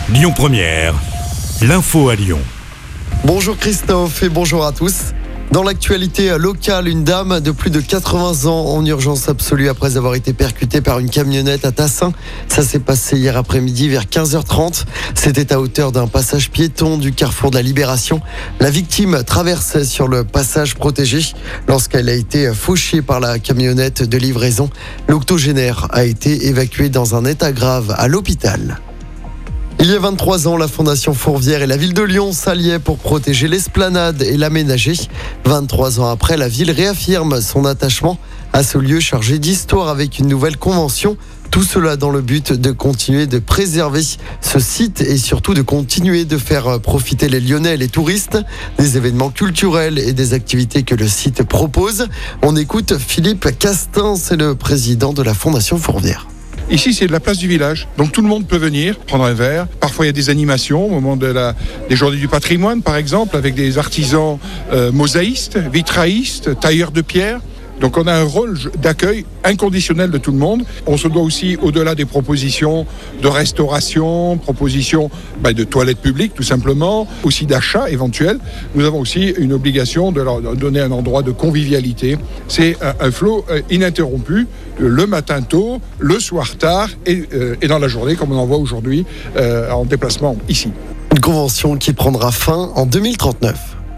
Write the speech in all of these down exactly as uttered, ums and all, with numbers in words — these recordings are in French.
Lyon Première, l'info à Lyon. Bonjour Christophe et bonjour à tous. Dans l'actualité locale, une dame de plus de quatre-vingts ans en urgence absolue après avoir été percutée par une camionnette à Tassin. Ça s'est passé hier après-midi vers quinze heures trente. C'était à hauteur d'un passage piéton du carrefour de la Libération. La victime traversait sur le passage protégé lorsqu'elle a été fauchée par la camionnette de livraison. L'octogénaire a été évacué dans un état grave à l'hôpital. Il y a vingt-trois ans, la Fondation Fourvière et la ville de Lyon s'alliaient pour protéger l'esplanade et l'aménager. vingt-trois ans après, la ville réaffirme son attachement à ce lieu chargé d'histoire avec une nouvelle convention. Tout cela dans le but de continuer de préserver ce site et surtout de continuer de faire profiter les Lyonnais et les touristes des événements culturels et des activités que le site propose. On écoute Philippe Castin, c'est le président de la Fondation Fourvière. Ici, c'est de la place du village, donc tout le monde peut venir prendre un verre. Parfois, il y a des animations au moment de la, des journées du patrimoine, par exemple, avec des artisans euh, mosaïstes, vitraillistes, tailleurs de pierre. Donc on a un rôle d'accueil inconditionnel de tout le monde. On se doit aussi, au-delà des propositions de restauration, propositions bah, de toilettes publiques tout simplement, aussi d'achat éventuel, nous avons aussi une obligation de leur donner un endroit de convivialité. C'est un, un flot ininterrompu, le matin tôt, le soir tard et, euh, et dans la journée, comme on en voit aujourd'hui euh, en déplacement ici. Une convention qui prendra fin en deux mille trente-neuf.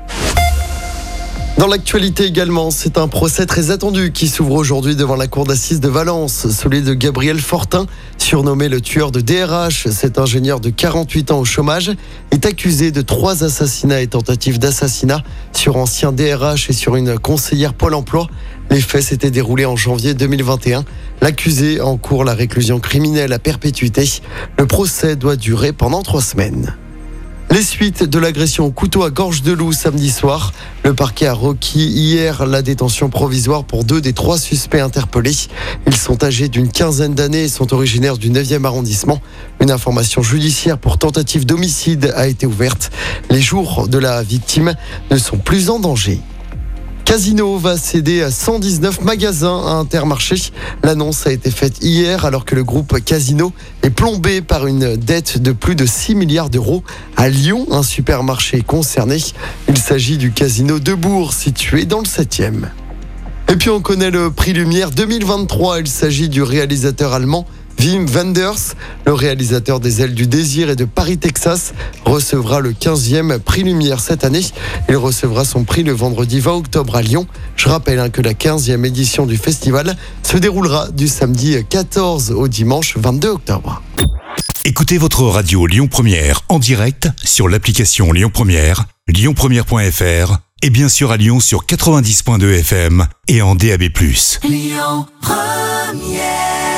Dans l'actualité également, c'est un procès très attendu qui s'ouvre aujourd'hui devant la cour d'assises de Valence. Celui de Gabriel Fortin, surnommé le tueur de D R H. Cet ingénieur de quarante-huit ans au chômage est accusé de trois assassinats et tentatives d'assassinat sur ancien D R H et sur une conseillère Pôle emploi. Les faits s'étaient déroulés en janvier deux mille vingt et un. L'accusé encourt la réclusion criminelle à perpétuité. Le procès doit durer pendant trois semaines. Les suites de l'agression au couteau à Gorge de Loup samedi soir. Le parquet a requis hier la détention provisoire pour deux des trois suspects interpellés. Ils sont âgés d'une quinzaine d'années et sont originaires du neuvième arrondissement. Une information judiciaire pour tentative d'homicide a été ouverte. Les jours de la victime ne sont plus en danger. Casino va céder à cent dix-neuf magasins à Intermarché. L'annonce a été faite hier alors que le groupe Casino est plombé par une dette de plus de six milliards d'euros. À Lyon, un supermarché est concerné. Il s'agit du Casino de Bourg, situé dans le septième. Et puis on connaît le prix Lumière deux mille vingt-trois. Il s'agit du réalisateur allemand Wim Wenders, le réalisateur des Ailes du Désir et de Paris, Texas, recevra le quinzième prix Lumière cette année. Il recevra son prix le vendredi vingt octobre à Lyon. Je rappelle hein, que la quinzième édition du festival se déroulera du samedi quatorze au dimanche vingt-deux octobre. Écoutez votre radio Lyon Première en direct sur l'application Lyon Première, lyon première point f r et bien sûr à Lyon sur quatre-vingt-dix virgule deux F M et en D A B plus. Lyon Première.